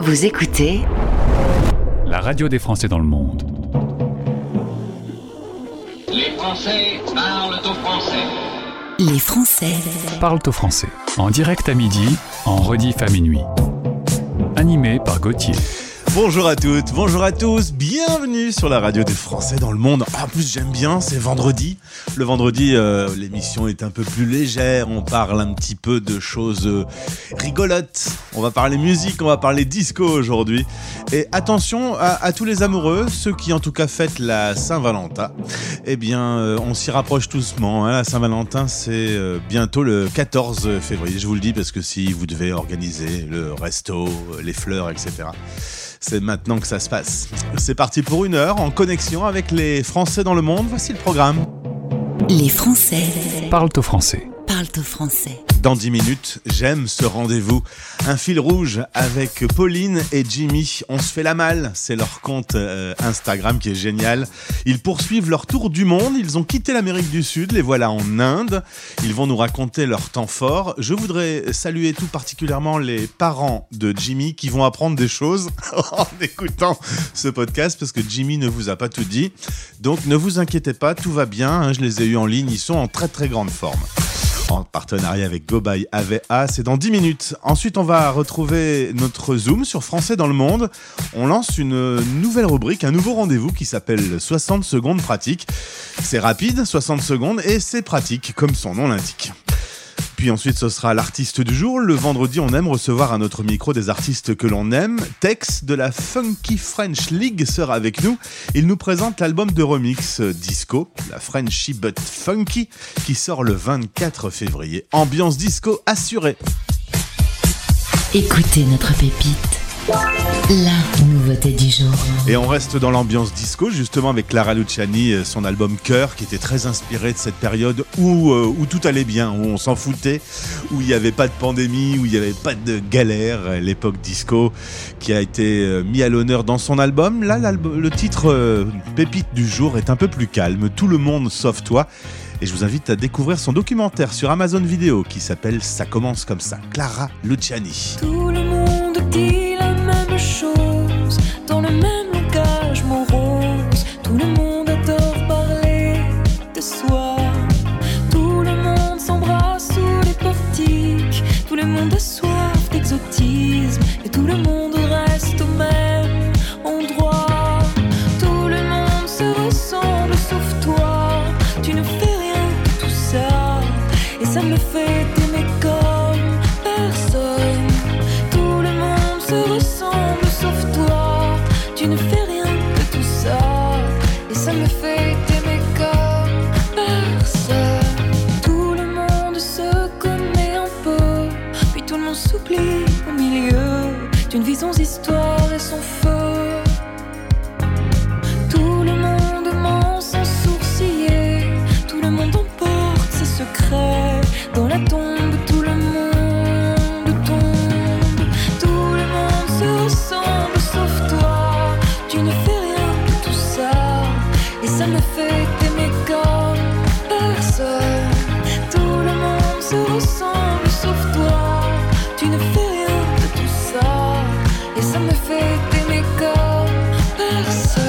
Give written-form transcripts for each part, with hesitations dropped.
Vous écoutez la radio des Français dans le monde. Les Français parlent au français. Les Français Parlent au français. En direct à midi, en rediff à minuit. Animé par Gauthier. Bonjour à toutes, bonjour à tous, bienvenue sur la radio des Français dans le monde. En plus j'aime bien, c'est vendredi. Le vendredi, l'émission est un peu plus légère, on parle un petit peu de choses rigolotes. On va parler musique, on va parler disco aujourd'hui. Et attention à tous les amoureux, ceux qui en tout cas fêtent la Saint-Valentin. Eh bien, on s'y rapproche doucement. La Saint-Valentin, c'est bientôt le 14 février, je vous le dis, parce que si vous devez organiser le resto, les fleurs, etc., c'est maintenant que ça se passe. C'est parti pour 1 heure en connexion avec les Français dans le monde. Voici le programme. Les Français Parlent au français. parlent au français. Dans 10 minutes, j'aime ce rendez-vous. Un fil rouge avec Pauline et Jimmy. On se fait la malle. C'est leur compte Instagram qui est génial. Ils poursuivent leur tour du monde. Ils ont quitté l'Amérique du Sud. Les voilà en Inde. Ils vont nous raconter leur temps fort. Je voudrais saluer tout particulièrement les parents de Jimmy qui vont apprendre des choses en écoutant ce podcast parce que Jimmy ne vous a pas tout dit. Donc ne vous inquiétez pas, tout va bien. Je les ai eus en ligne. Ils sont en très très grande forme. En partenariat avec Go by AVA, c'est dans 10 minutes. Ensuite, on va retrouver notre Zoom sur Français dans le monde. On lance une nouvelle rubrique, un nouveau rendez-vous qui s'appelle 60 secondes pratiques. C'est rapide, 60 secondes, et c'est pratique, comme son nom l'indique. Puis ensuite, ce sera l'artiste du jour. Le vendredi, on aime recevoir à notre micro des artistes que l'on aime. Tex de la Funky French League sera avec nous. Il nous présente l'album de remix disco, la Frenchy But Funky, qui sort le 24 février. Ambiance disco assurée. Écoutez notre pépite, la nouveauté du jour. Et on reste dans l'ambiance disco, justement avec Clara Luciani, son album Cœur, qui était très inspiré de cette période où tout allait bien, où on s'en foutait, où il n'y avait pas de pandémie, où il n'y avait pas de galère, l'époque disco, qui a été mis à l'honneur dans son album. Là, le titre pépite du jour est un peu plus calme, Tout le monde sauf toi. Et je vous invite à découvrir son documentaire sur Amazon Vidéo qui s'appelle Ça commence comme ça, Clara Luciani. Tout le monde dit la même chose, dans le même langage morose. Tout le monde adore parler de soi. Tout le monde s'embrasse sous les portiques. Tout le monde a soif d'exotisme. Et tout le monde reste au même endroit. Tout le monde se ressemble sauf toi. Tu ne fais rien de tout ça. Et ça me fait t'aimer comme personne. Tout le monde se ressemble sauf toi. Tu ne fais rien de tout ça. Et ça me fait t'aimer comme personne. Tout le monde se connaît un peu. Puis tout le monde s'oublie au milieu d'une vie sans histoire et sans feu. Tout le monde ment sans sourciller. Tout le monde emporte ses secrets. Dans la tombe, tout le monde tombe. Tout le monde se ressemble sauf toi. Tu ne fais rien de tout ça. Et ça me fait t'aimer comme personne. Tout le monde se ressemble sauf toi. Tu ne fais rien de tout ça. Et ça me fait t'aimer comme personne.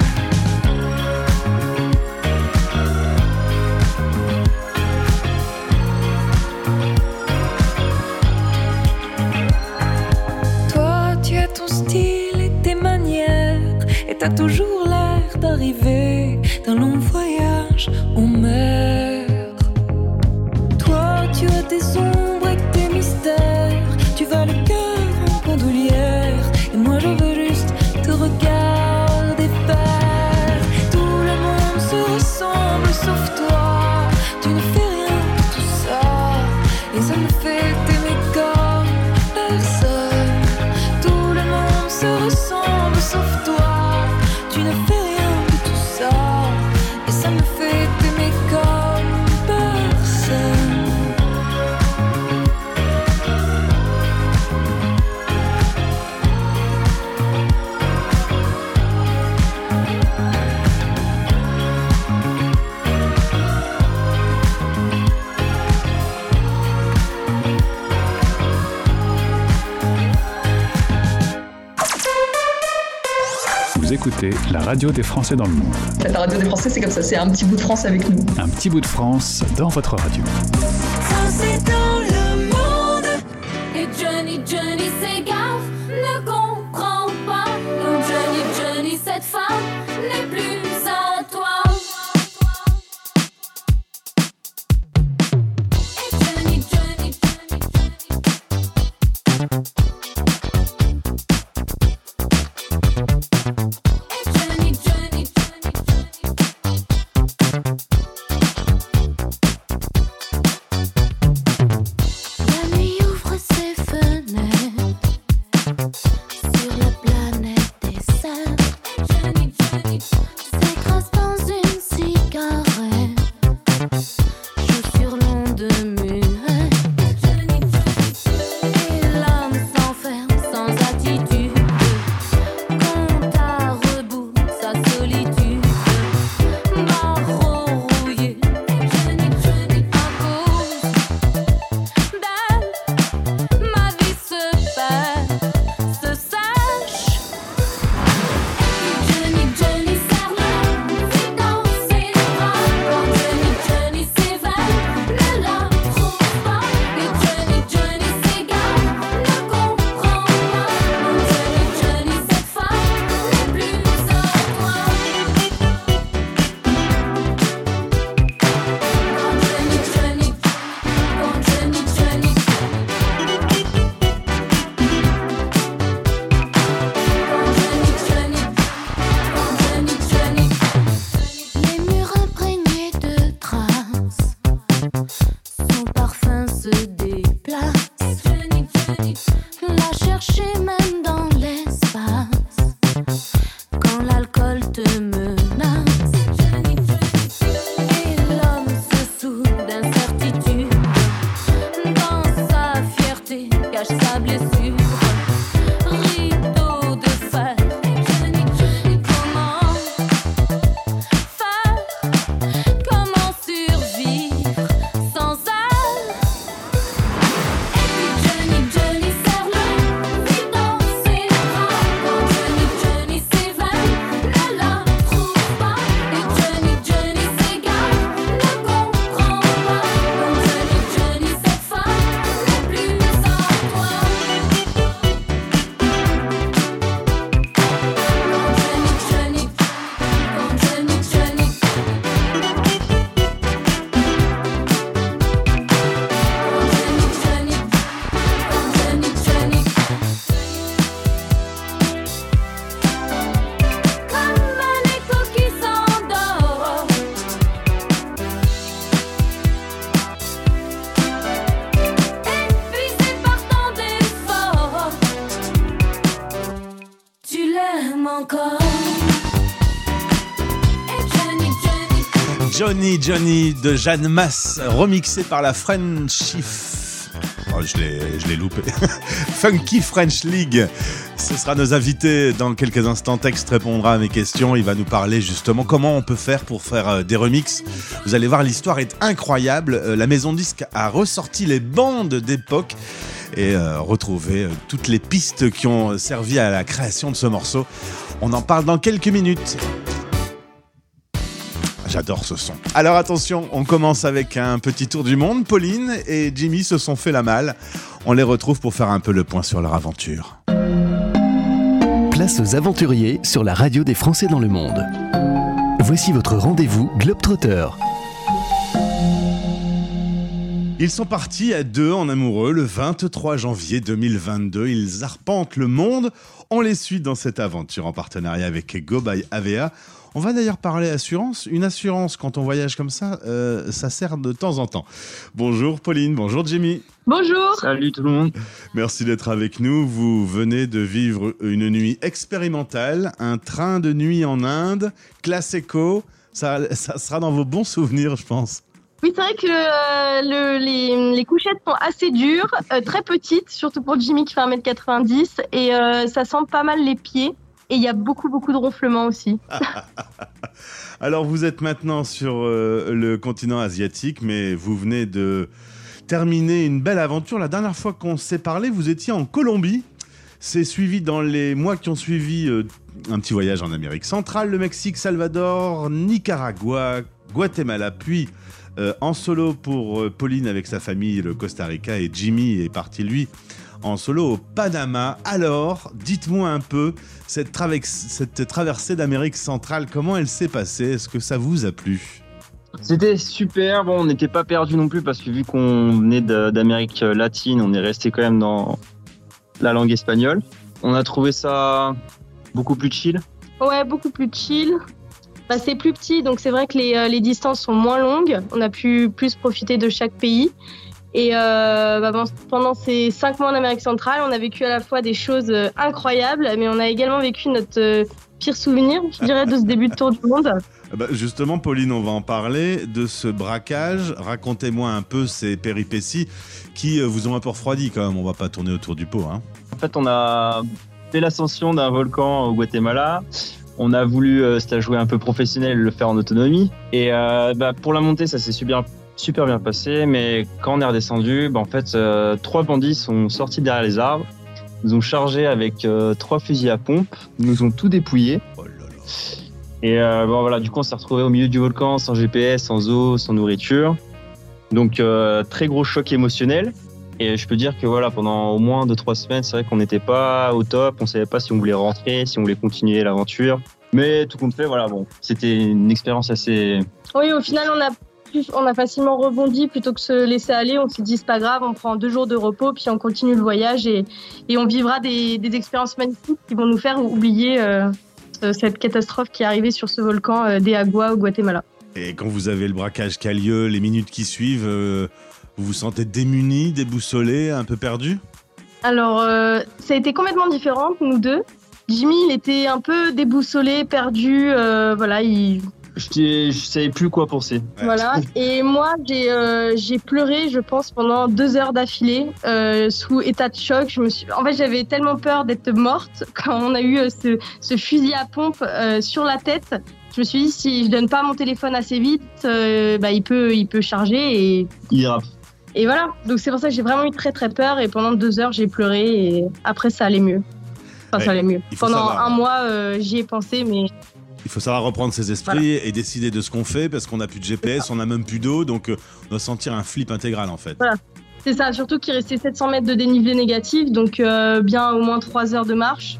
Toi, tu as ton style et tes manières. Et t'as toujours l'air d'arriver d'un long voyage en mer. Toi, tu as des ombres et tes mystères. Tu vas le cœur en bandoulière. Et moi, je veux juste te regarder faire. Tout le monde se ressemble sauf toi. Tu ne fais rien de tout ça. Et ça me fait t'aimer comme personne. Tout le monde se ressemble sauf toi. Tu ne fais rien de tout ça. Et ça me fait t'aimer comme écoutez la radio des Français dans le monde. La radio des Français, c'est comme ça, c'est un petit bout de France avec nous. Un petit bout de France dans votre radio. Français dans le monde. Et Johnny, Johnny, c'est gaffe, ne comprends pas. Donc Johnny, Johnny, cette femme n'est plus à toi. Et Johnny, Johnny, Johnny, Johnny, Johnny, Johnny, la nuit ouvre ses fenêtres sur la planète des cerfs. S'écrase dans une cigarette, joue sur l'onde muette. Et l'homme s'enferme sans attitude, compte à rebours sa solitude. Barreau rouillé, à cause d'elle, ma vie se perd, se sèche. Johnny, Johnny, serre-le, fais danser le bras. Quand Johnny, Johnny s'éveille, ne la trouve pas. Et Johnny, Johnny s'égare, ne comprend pas. Donc Johnny, Johnny, cette femme n'est plus à toi. Les murs imprégnés de traces, son parfum se déplace. La chercher même dans l'espace, quand l'alcool te menace. Et l'homme se soude d'incertitude, dans sa fierté cache sa blessure. Rideau de fer, comment faire, comment survivre sans elle? Johnny, Johnny, serre-le, fais danser le bras. Quand Johnny, Johnny s'éveille, ne la trouve pas. Et Johnny, Johnny s'égare, ne comprend pas. Donc Johnny, Johnny, cette femme n'est plus à toi. Comme un écho qui s'endort, épuisé par tant d'efforts, tu l'aimes encore. Et Johnny, Johnny, Johnny, Johnny de Jeanne Masse, remixé par la Frenchy... Oh, je l'ai loupé. Funky French League. Ce sera nos invités dans quelques instants. Text répondra à mes questions. Il va nous parler justement comment on peut faire pour faire des remixes. Vous allez voir, l'histoire est incroyable. La maison de disque a ressorti les bandes d'époque et retrouvé toutes les pistes qui ont servi à la création de ce morceau. On en parle dans quelques minutes. J'adore ce son. Alors attention, on commence avec un petit tour du monde. Pauline et Jimmy se sont fait la malle. On les retrouve pour faire un peu le point sur leur aventure. Place aux aventuriers sur la radio des Français dans le monde. Voici votre rendez-vous Globetrotter. Ils sont partis à deux en amoureux le 23 janvier 2022. Ils arpentent le monde. On les suit dans cette aventure en partenariat avec Go by Avea. On va d'ailleurs parler assurance. Une assurance, quand on voyage comme ça, ça sert de temps en temps. Bonjour Pauline, bonjour Jimmy. Bonjour. Salut tout le monde. Merci d'être avec nous. Vous venez de vivre une nuit expérimentale, un train de nuit en Inde, classe éco. Ça sera dans vos bons souvenirs, je pense. Oui, c'est vrai que les couchettes sont assez dures, très petites, surtout pour Jimmy qui fait 1m90, et ça sent pas mal les pieds. Et il y a beaucoup de ronflements aussi. Alors, vous êtes maintenant sur le continent asiatique, mais vous venez de terminer une belle aventure. La dernière fois qu'on s'est parlé, vous étiez en Colombie. C'est suivi dans les mois qui ont suivi un petit voyage en Amérique centrale, le Mexique, Salvador, Nicaragua, Guatemala, puis en solo pour Pauline avec sa famille, le Costa Rica, et Jimmy est parti lui en solo au Panama. Alors, dites-moi un peu, cette traversée d'Amérique centrale, comment elle s'est passée? Est-ce que ça vous a plu? C'était super. Bon, on n'était pas perdus non plus parce que vu qu'on venait d'Amérique latine, on est resté quand même dans la langue espagnole. On a trouvé ça beaucoup plus chill. Ouais, beaucoup plus chill. C'est plus petit, donc c'est vrai que les distances sont moins longues. On a pu plus profiter de chaque pays. Et pendant ces 5 mois en Amérique centrale, on a vécu à la fois des choses incroyables, mais on a également vécu notre pire souvenir, je dirais, de ce début de tour du monde. Justement, Pauline, on va en parler de ce braquage. Racontez-moi un peu ces péripéties qui vous ont un peu refroidi quand même. On va pas tourner autour du pot. Hein. En fait, on a fait l'ascension d'un volcan au Guatemala. On a voulu, c'était à jouer un peu professionnel, le faire en autonomie. Et pour la montée, ça s'est super bien passé. Mais quand on est redescendu, en fait, 3 bandits sont sortis derrière les arbres, nous ont chargé avec 3 fusils à pompe, nous ont tout dépouillé. Oh là là. Et voilà, du coup, on s'est retrouvé au milieu du volcan, sans GPS, sans eau, sans nourriture. Donc, très gros choc émotionnel. Et je peux dire que voilà, pendant au moins 2-3 semaines, c'est vrai qu'on n'était pas au top. On savait pas si on voulait rentrer, si on voulait continuer l'aventure. Mais tout compte fait, voilà, bon, c'était une expérience assez... Oui, au final, on a facilement rebondi plutôt que se laisser aller. On s'est dit, c'est pas grave, on prend 2 jours de repos, puis on continue le voyage et on vivra des expériences magnifiques qui vont nous faire oublier cette catastrophe qui est arrivée sur ce volcan des Agua au Guatemala. Et quand vous avez le braquage qui a lieu, les minutes qui suivent, vous vous sentez démunis, déboussolés, un peu perdus? Alors, ça a été complètement différent, nous deux. Jimmy, il était un peu déboussolé, perdu, voilà, Je savais plus quoi penser. Voilà. Et moi, j'ai pleuré, je pense, pendant 2 heures d'affilée, sous état de choc. En fait, j'avais tellement peur d'être morte quand on a eu ce fusil à pompe sur la tête. Je me suis dit, si je donne pas mon téléphone assez vite, il peut charger et... Il dérape. Et voilà. Donc c'est pour ça que j'ai vraiment eu très très peur. Et pendant 2 heures, j'ai pleuré et après, ça allait mieux. Ça allait mieux. Pendant un mois, j'y ai pensé, mais... Il faut savoir reprendre ses esprits et décider de ce qu'on fait parce qu'on n'a plus de GPS, on n'a même plus d'eau, donc on doit sentir un flip intégral en fait. Voilà, c'est ça, surtout qu'il restait 700 mètres de dénivelé négatif, donc bien au moins 3 heures de marche.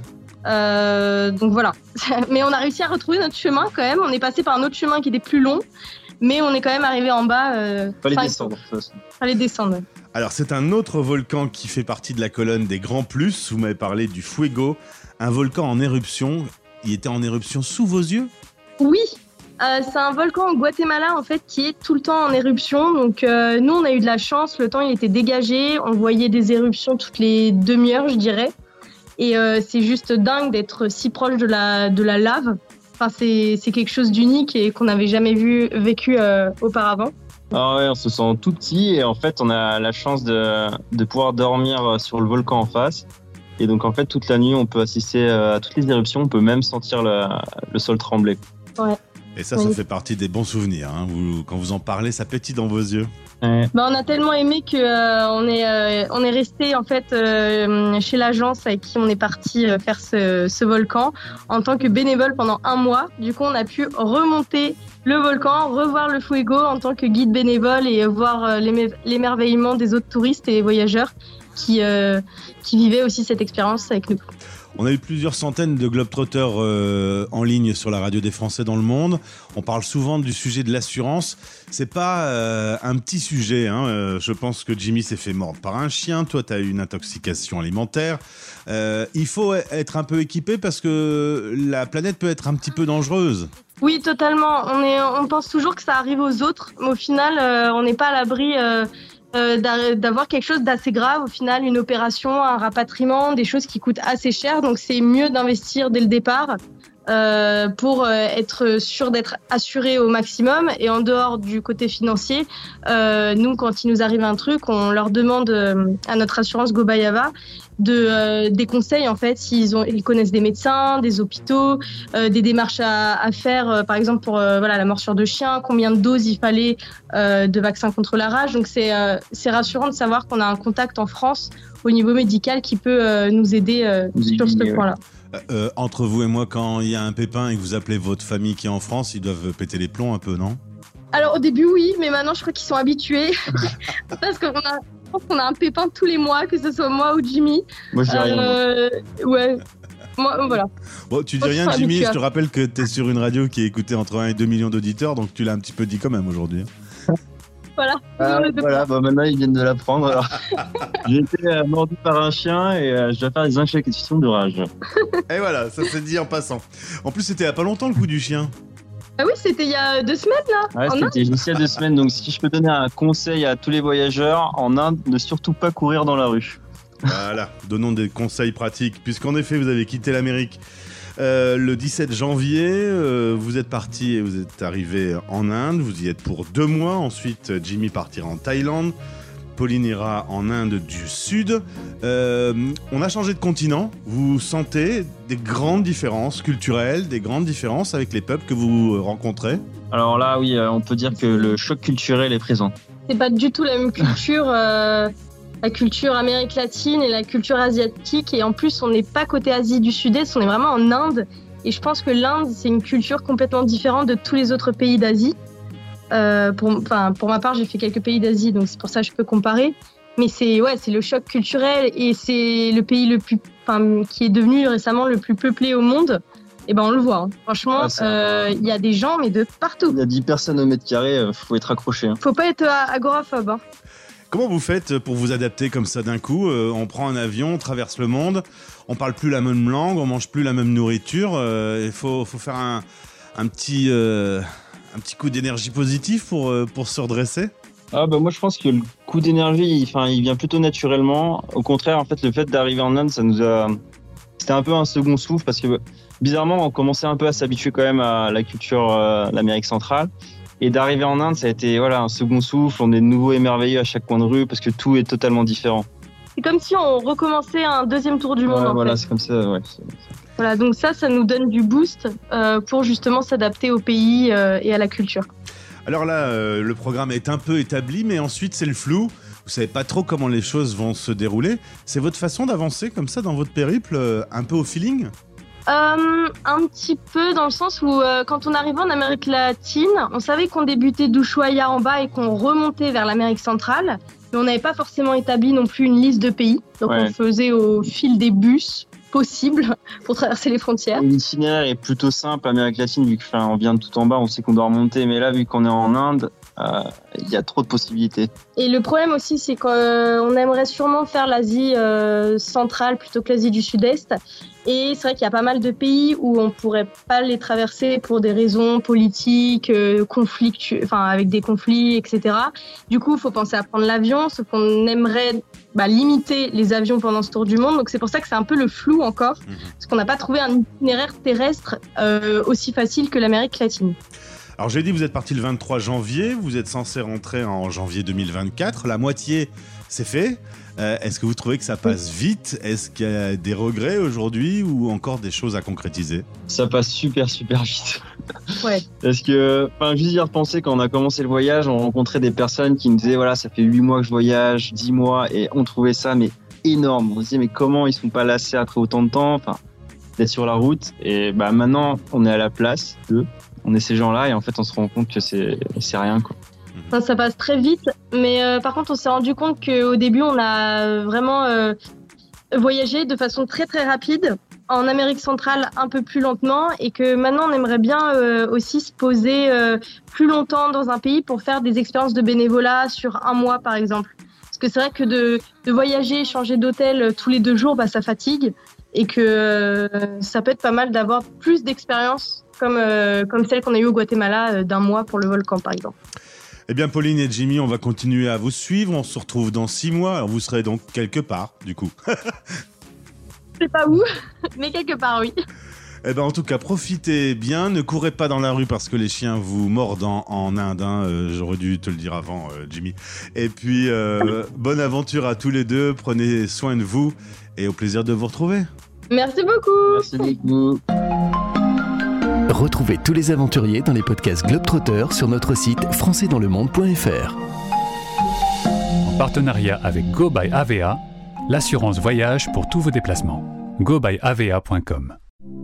Donc voilà. Mais on a réussi à retrouver notre chemin quand même, on est passé par un autre chemin qui était plus long, mais on est quand même arrivé en bas. Fallait descendre de toute façon. Fallait descendre. Alors c'est un autre volcan qui fait partie de la colonne des Grands Plus, vous m'avez parlé du Fuego, un volcan en éruption. Il était en éruption sous vos yeux? Oui, c'est un volcan au Guatemala en fait qui est tout le temps en éruption. Donc nous on a eu de la chance, le temps il était dégagé, on voyait des éruptions toutes les demi-heures je dirais. Et c'est juste dingue d'être si proche de la lave. Enfin c'est quelque chose d'unique et qu'on n'avait jamais vécu auparavant. Ah ouais, on se sent tout petit et en fait on a la chance de pouvoir dormir sur le volcan en face. Et donc en fait toute la nuit on peut assister à toutes les éruptions, on peut même sentir le sol trembler. Ouais. Et ça fait partie des bons souvenirs. Hein. Quand vous en parlez, ça pétille dans vos yeux. Ouais. On a tellement aimé que on est resté en fait chez l'agence avec qui on est parti faire ce volcan en tant que bénévole pendant 1 mois. Du coup on a pu remonter le volcan, revoir le Fuego en tant que guide bénévole et voir l'émerveillement des autres touristes et voyageurs qui vivaient aussi cette expérience avec nous. On a eu plusieurs centaines de globetrotters en ligne sur la radio des Français dans le monde. On parle souvent du sujet de l'assurance. C'est pas un petit sujet. Hein. Je pense que Jimmy s'est fait mordre par un chien. Toi, tu as eu une intoxication alimentaire. Il faut être un peu équipé parce que la planète peut être un petit peu dangereuse. Oui, totalement. On pense toujours que ça arrive aux autres, mais au final, on n'est pas à l'abri d'avoir quelque chose d'assez grave. Au final, une opération, un rapatriement, des choses qui coûtent assez cher. Donc, c'est mieux d'investir dès le départ pour être sûr d'être assuré au maximum. Et en dehors du côté financier, nous, quand il nous arrive un truc, on leur demande à notre assurance Gobayava des conseils en fait, ils connaissent des médecins, des hôpitaux, des démarches à faire, par exemple pour la morsure de chien, combien de doses il fallait de vaccins contre la rage. Donc c'est rassurant de savoir qu'on a un contact en France au niveau médical qui peut nous aider sur ce point-là. Entre vous et moi, quand il y a un pépin et que vous appelez votre famille qui est en France, ils doivent péter les plombs un peu, non ? Alors au début oui, mais maintenant je crois qu'ils sont habitués parce qu'on a un pépin tous les mois, que ce soit moi ou Jimmy. Moi je dis rien. Ouais. Moi, voilà. Bon, tu dis rien, Jimmy, je te rappelle que tu es sur une radio qui est écoutée entre 1 et 2 millions d'auditeurs, donc tu l'as un petit peu dit quand même aujourd'hui. Voilà. Maintenant ils viennent de l'apprendre. Alors. J'ai été mordu par un chien et je dois faire des injections de rage. Et voilà, ça s'est dit en passant. En plus, c'était il n'y a pas longtemps le coup du chien. Ah oui, c'était il y a 2 semaines là. Ouais, c'était il y a 2 semaines. Donc si je peux donner un conseil à tous les voyageurs en Inde, ne surtout pas courir dans la rue. Voilà, donnons des conseils pratiques. Puisqu'en effet, vous avez quitté l'Amérique le 17 janvier. Vous êtes parti et vous êtes arrivé en Inde. Vous y êtes pour 2 mois. Ensuite, Jimmy partira en Thaïlande. Pauline ira en Inde du Sud. On a changé de continent. Vous sentez des grandes différences culturelles, des grandes différences avec les peuples que vous rencontrez ? Alors là, oui, on peut dire que le choc culturel est présent. C'est pas du tout la même culture, la culture Amérique latine et la culture asiatique. Et en plus, on n'est pas côté Asie du Sud-Est, on est vraiment en Inde. Et je pense que l'Inde, c'est une culture complètement différente de tous les autres pays d'Asie. Pour ma part, j'ai fait quelques pays d'Asie, donc c'est pour ça que je peux comparer. Mais c'est le choc culturel et c'est le pays qui est devenu récemment le plus peuplé au monde. Et on le voit. Hein. Franchement, y a des gens, mais de partout. Il y a 10 personnes au mètre carré, faut être accroché. Hein. Faut pas être agoraphobe. Hein. Comment vous faites pour vous adapter comme ça d'un coup ? On prend un avion, on traverse le monde, on parle plus la même langue, on mange plus la même nourriture. Il faut faire un petit coup d'énergie positive pour se redresser ? Moi je pense que le coup d'énergie il vient plutôt naturellement. Au contraire, en fait, le fait d'arriver en Inde, c'était un peu un second souffle parce que bizarrement on commençait un peu à s'habituer quand même à la culture de l'Amérique centrale. Et d'arriver en Inde, ça a été un second souffle. On est de nouveau émerveillés à chaque coin de rue parce que tout est totalement différent. C'est comme si on recommençait un deuxième tour du monde. Voilà, fait. C'est comme ça. Ouais. Voilà, donc ça nous donne du boost pour justement s'adapter au pays et à la culture. Alors là, le programme est un peu établi, mais ensuite c'est le flou. Vous savez pas trop comment les choses vont se dérouler. C'est votre façon d'avancer comme ça dans votre périple, un peu au feeling ? Un petit peu dans le sens où quand on arrivait en Amérique latine, on savait qu'on débutait d'Ushuaïa en bas et qu'on remontait vers l'Amérique centrale, mais on n'avait pas forcément établi non plus une liste de pays. Donc on faisait au fil des bus possibles pour traverser les frontières. L'itinéraire est plutôt simple, Amérique latine, vu qu'on vient de tout en bas, on sait qu'on doit remonter, mais là, vu qu'on est en Inde, il y a trop de possibilités. Et le problème aussi, c'est qu'on aimerait sûrement faire l'Asie centrale plutôt que l'Asie du Sud-Est. Et c'est vrai qu'il y a pas mal de pays où on pourrait pas les traverser pour des raisons politiques, avec des conflits, etc. Du coup, il faut penser à prendre l'avion, sauf qu'on aimerait limiter les avions pendant ce tour du monde. Donc c'est pour ça que c'est un peu le flou encore, parce qu'on n'a pas trouvé un itinéraire terrestre aussi facile que l'Amérique latine. Alors j'ai dit, vous êtes parti le 23 janvier, vous êtes censé rentrer en janvier 2024, la moitié c'est fait. Est-ce que vous trouvez que ça passe vite ? Est-ce qu'il y a des regrets aujourd'hui ou encore des choses à concrétiser ? Ça passe super vite. Ouais. Parce que, juste y repenser, quand on a commencé le voyage, on rencontrait des personnes qui nous disaient, voilà, ça fait 8 mois que je voyage, 10 mois, et on trouvait ça énorme. On se disait, mais comment ils sont pas lassés après autant de temps, d'être sur la route. Et maintenant, on est à la place d'eux. On est ces gens-là et en fait, on se rend compte que c'est rien, quoi. Ça passe très vite, mais par contre, on s'est rendu compte qu'au début, on a vraiment voyagé de façon très très rapide, en Amérique centrale un peu plus lentement, et que maintenant, on aimerait bien aussi se poser plus longtemps dans un pays pour faire des expériences de bénévolat sur 1 mois, par exemple. Parce que c'est vrai que de voyager, changer d'hôtel tous les 2 jours, ça fatigue, et que ça peut être pas mal d'avoir plus d'expériences comme celle qu'on a eue au Guatemala d'1 mois pour le volcan, par exemple. Eh bien, Pauline et Jimmy, on va continuer à vous suivre. On se retrouve dans 6 mois. Alors, vous serez donc quelque part, du coup. Je sais pas où, mais quelque part, oui. Eh ben, en tout cas, profitez bien. Ne courez pas dans la rue parce que les chiens vous mordent en Inde. J'aurais dû te le dire avant, Jimmy. Et puis, bonne aventure à tous les deux. Prenez soin de vous et au plaisir de vous retrouver. Merci beaucoup. Merci beaucoup. Retrouvez tous les aventuriers dans les podcasts Globetrotter sur notre site françaisdanslemonde.fr. En partenariat avec Go by AVA, l'assurance voyage pour tous vos déplacements. gobyava.com.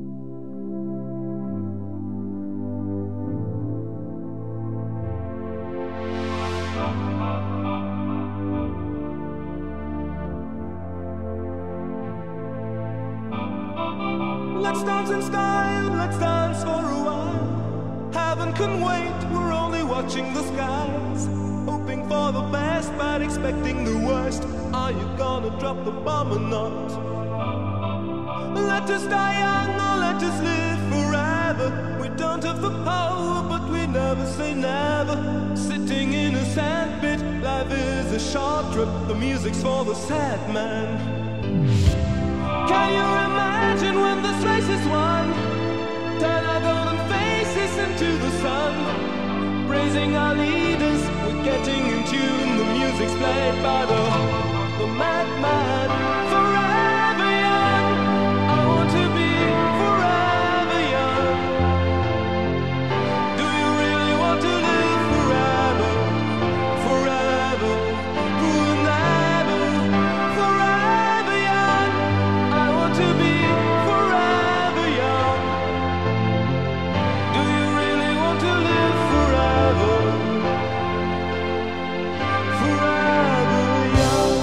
Let's dance in style, let's dance for a while. Heaven can wait, we're only watching the skies. Hoping for the best, but expecting the worst. Are you gonna drop the bomb or not? Let us die young or let us live forever. We don't have the power, but we never say never. Sitting in a sandpit, life is a short trip. The music's for the sad man. Can you imagine when this race is won? Turn our golden faces into the sun. Praising our leaders, we're getting in tune. The music's played by the madman. Forever young, I want to be forever young. Do you really want to live forever? Forever, forever, forever young. I want to be forever young. Do you really want to live forever? Forever young.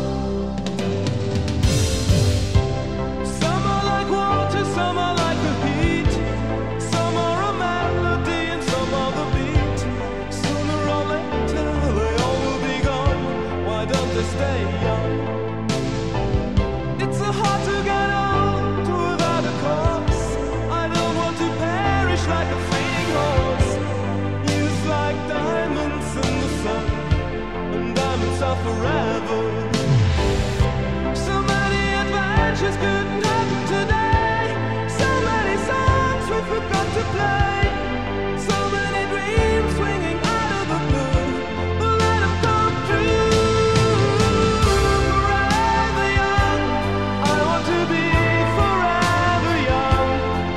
Some are like water, some are like the heat. Some are a melody and some are the beat. Sooner or later they all will be gone. Why don't they stay young? It's so hard to get old without a cause. I don't want to perish like a fleeting horse. Youth like diamonds in the sun, and diamonds are forever. So many adventures couldn't happen today. So many songs we forgot to play. So many dreams swinging out of the blue. But let them come true. Forever young, I want to be forever young.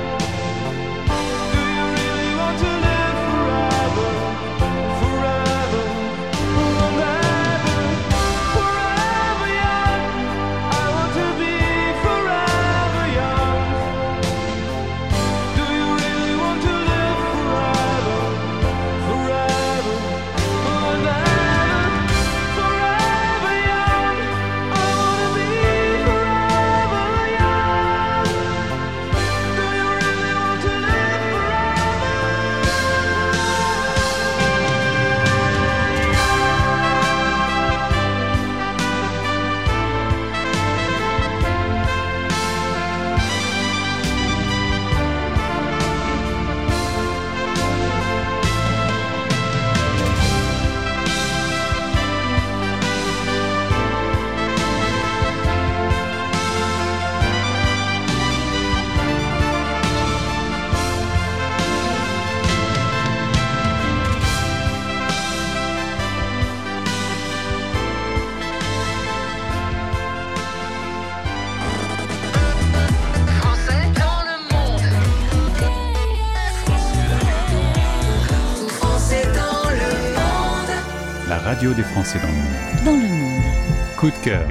Do you really want to live forever? Forever, forever, forever young. I want to be forever young. Do you really want to live forever? Forever, forever, forever young. I want to be forever young. Do you really want to live Français dans le monde. Français dans le monde. La radio des Français dans le monde. Dans le monde. Coup de cœur.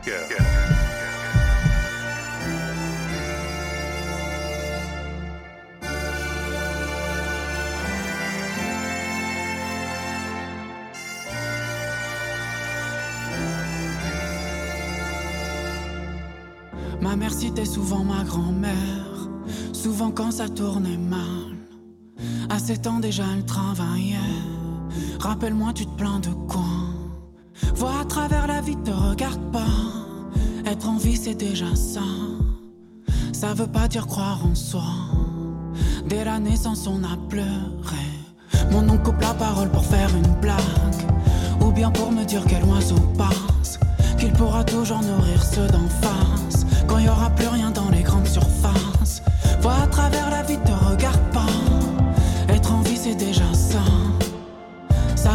Ma mère citait souvent ma grand-mère, souvent quand ça tournait mal. À 7 ans déjà elle travaillait. Rappelle-moi, tu te plains de quoi? Vois à travers la vie, te regarde pas. Être en vie, c'est déjà ça. Ça veut pas dire croire en soi. Dès la naissance, on a pleuré. Mon oncle coupe la parole pour faire une blague, ou bien pour me dire quel oiseau passe, qu'il pourra toujours nourrir ceux d'en face quand il y aura plus rien dans les grandes surfaces. Vois à travers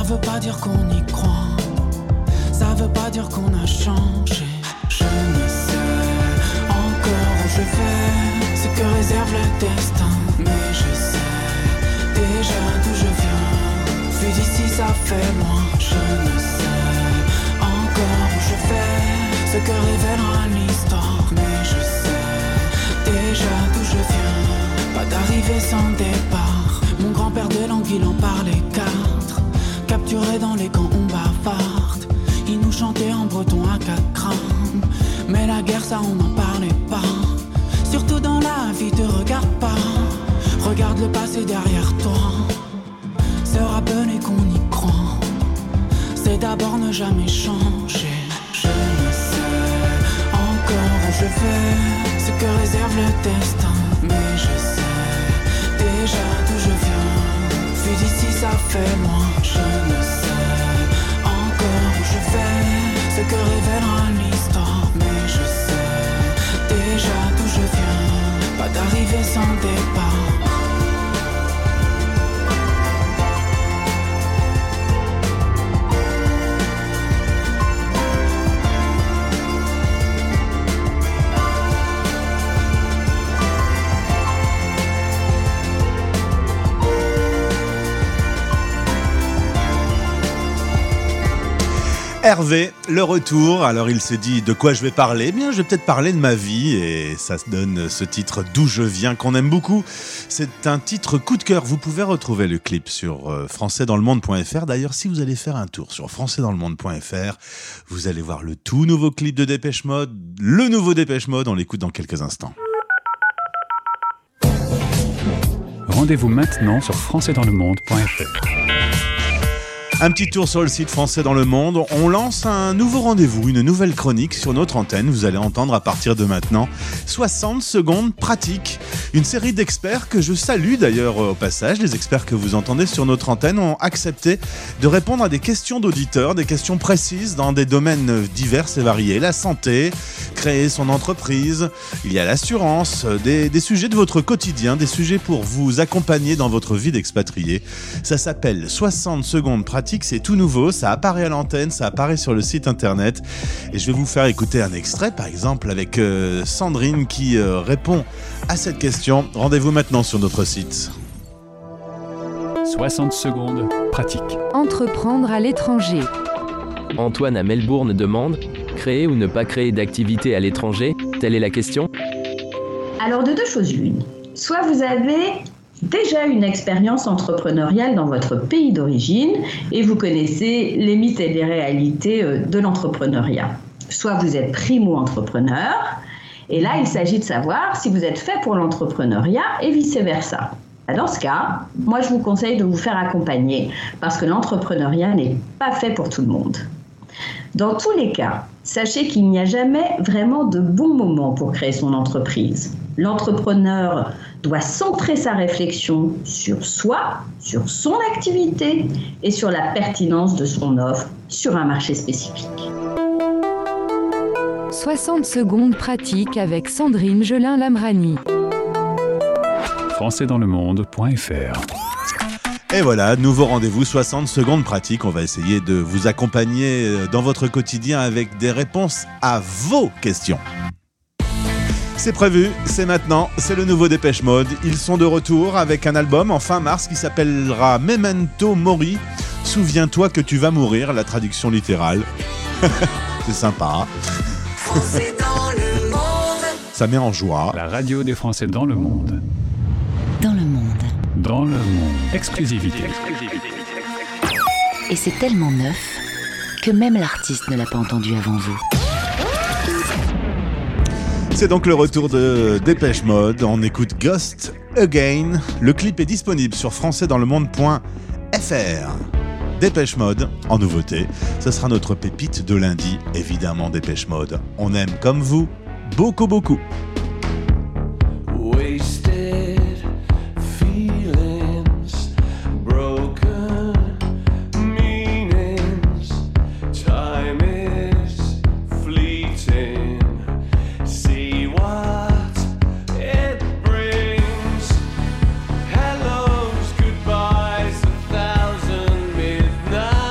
veut pas dire qu'on y croit, ça veut pas dire qu'on a changé. Je ne sais encore où je vais, ce que réserve le destin. Mais je sais déjà d'où je viens, vu d'ici ça fait loin. Je ne sais encore où je vais, ce que révélera l'histoire. Mais je sais déjà d'où je viens, pas d'arrivée sans départ. Mon grand-père de langue il en parlait 4, capturé dans les camps on bavarde. Il nous chantait en breton à 4 crânes, mais la guerre ça on n'en parlait pas. Surtout dans la vie te regarde pas, regarde le passé derrière toi. Se rappeler qu'on y croit, c'est d'abord ne jamais changer. Je ne sais encore où je vais, ce que réserve le destin. Mais je sais déjà d'où je viens, vu d'ici ça fait loin. Je ne sais encore où je vais, ce que révélera l'histoire. Mais je sais déjà d'où je viens, pas d'arrivée sans départ. Hervé, le retour. Alors il s'est dit de quoi je vais parler. Eh bien, je vais peut-être parler de ma vie et ça donne ce titre D'où je viens qu'on aime beaucoup. C'est un titre coup de cœur. Vous pouvez retrouver le clip sur françaisdanslemonde.fr. D'ailleurs, si vous allez faire un tour sur françaisdanslemonde.fr, vous allez voir le tout nouveau clip de Dépêche Mode, le nouveau Dépêche Mode. On l'écoute dans quelques instants. Rendez-vous maintenant sur françaisdanslemonde.fr. Un petit tour sur le site Français dans le Monde. On lance un nouveau rendez-vous, une nouvelle chronique sur notre antenne. Vous allez entendre à partir de maintenant 60 secondes pratiques. Une série d'experts que je salue d'ailleurs au passage. Les experts que vous entendez sur notre antenne ont accepté de répondre à des questions d'auditeurs, des questions précises dans des domaines divers et variés. La santé, créer son entreprise, il y a l'assurance, des sujets de votre quotidien, des sujets pour vous accompagner dans votre vie d'expatrié. Ça s'appelle 60 secondes pratiques. C'est tout nouveau, ça apparaît à l'antenne, ça apparaît sur le site internet et je vais vous faire écouter un extrait par exemple avec Sandrine qui répond à cette question. Rendez-vous maintenant sur notre site. 60 secondes pratiques. Entreprendre à l'étranger. Antoine à Melbourne demande « Créer ou ne pas créer d'activité à l'étranger ?» Telle est la question. Alors de deux choses l'une. Soit vous avez déjà une expérience entrepreneuriale dans votre pays d'origine et vous connaissez les mythes et les réalités de l'entrepreneuriat. Soit vous êtes primo-entrepreneur et là il s'agit de savoir si vous êtes fait pour l'entrepreneuriat et vice-versa. Dans ce cas, moi je vous conseille de vous faire accompagner parce que l'entrepreneuriat n'est pas fait pour tout le monde. Dans tous les cas, sachez qu'il n'y a jamais vraiment de bon moment pour créer son entreprise. L'entrepreneur doit centrer sa réflexion sur soi, sur son activité et sur la pertinence de son offre sur un marché spécifique. 60 secondes pratiques avec Sandrine Gelin-Lamrani. françaisdanslemonde.fr. Et voilà, nouveau rendez-vous, 60 secondes pratiques. On va essayer de vous accompagner dans votre quotidien avec des réponses à vos questions. C'est prévu, c'est maintenant, c'est le nouveau Dépêche Mode. Ils sont de retour avec un album en fin mars qui s'appellera Memento Mori. Souviens-toi que tu vas mourir, la traduction littérale. C'est sympa. Ça met en joie. La radio des Français dans le monde. Dans le monde. Dans le monde. Exclusivité. Et c'est tellement neuf que même l'artiste ne l'a pas entendu avant vous. C'est donc le retour de Dépêche Mode. On écoute Ghost Again. Le clip est disponible sur françaisdanslemonde.fr. Dépêche Mode, en nouveauté. Ce sera notre pépite de lundi, évidemment Dépêche Mode. On aime comme vous, beaucoup, beaucoup. Hellos, goodbyes, 1,000 midnights.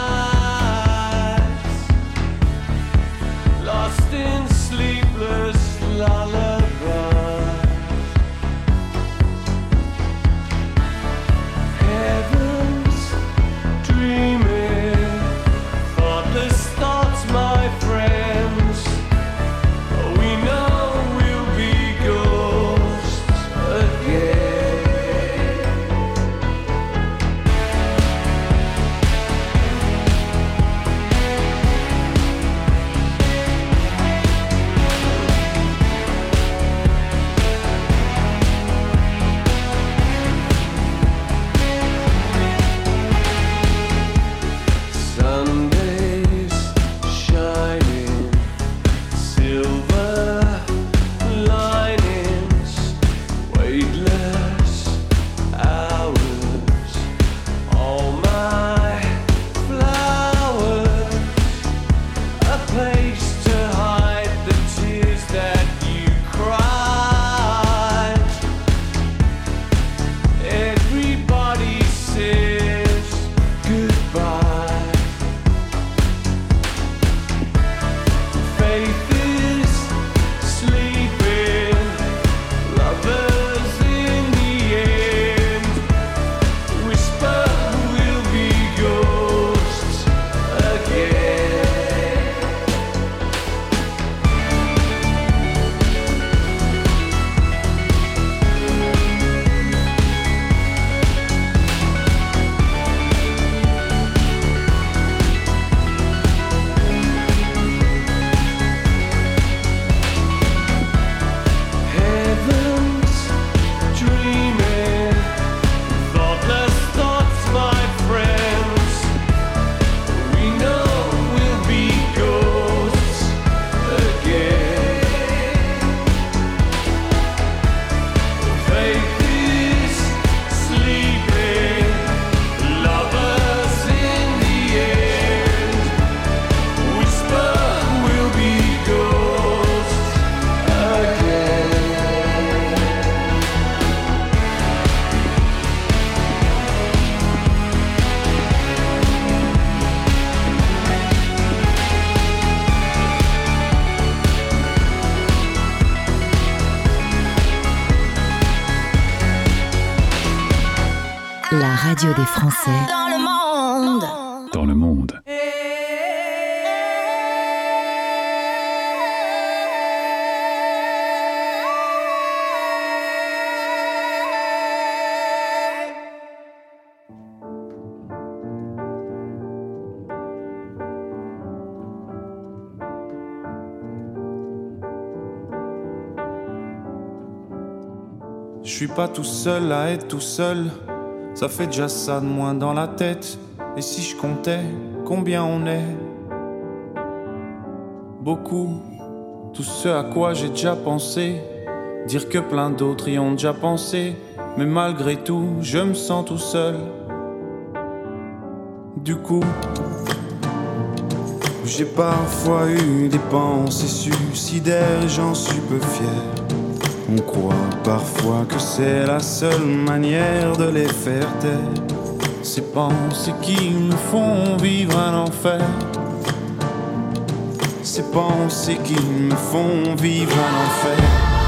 radio des Français Dans le monde. Dans le monde. Je suis pas tout seul à être tout seul, ça fait déjà ça de moins dans la tête. Et si je comptais combien on est? Beaucoup, tout ce à quoi j'ai déjà pensé, dire que plein d'autres y ont déjà pensé. Mais malgré tout, je me sens tout seul. Du coup, j'ai parfois eu des pensées suicidaires et j'en suis peu fier. On croit parfois que c'est la seule manière de les faire taire. Ces pensées qui me font vivre un enfer. Ces pensées qui me font vivre un enfer.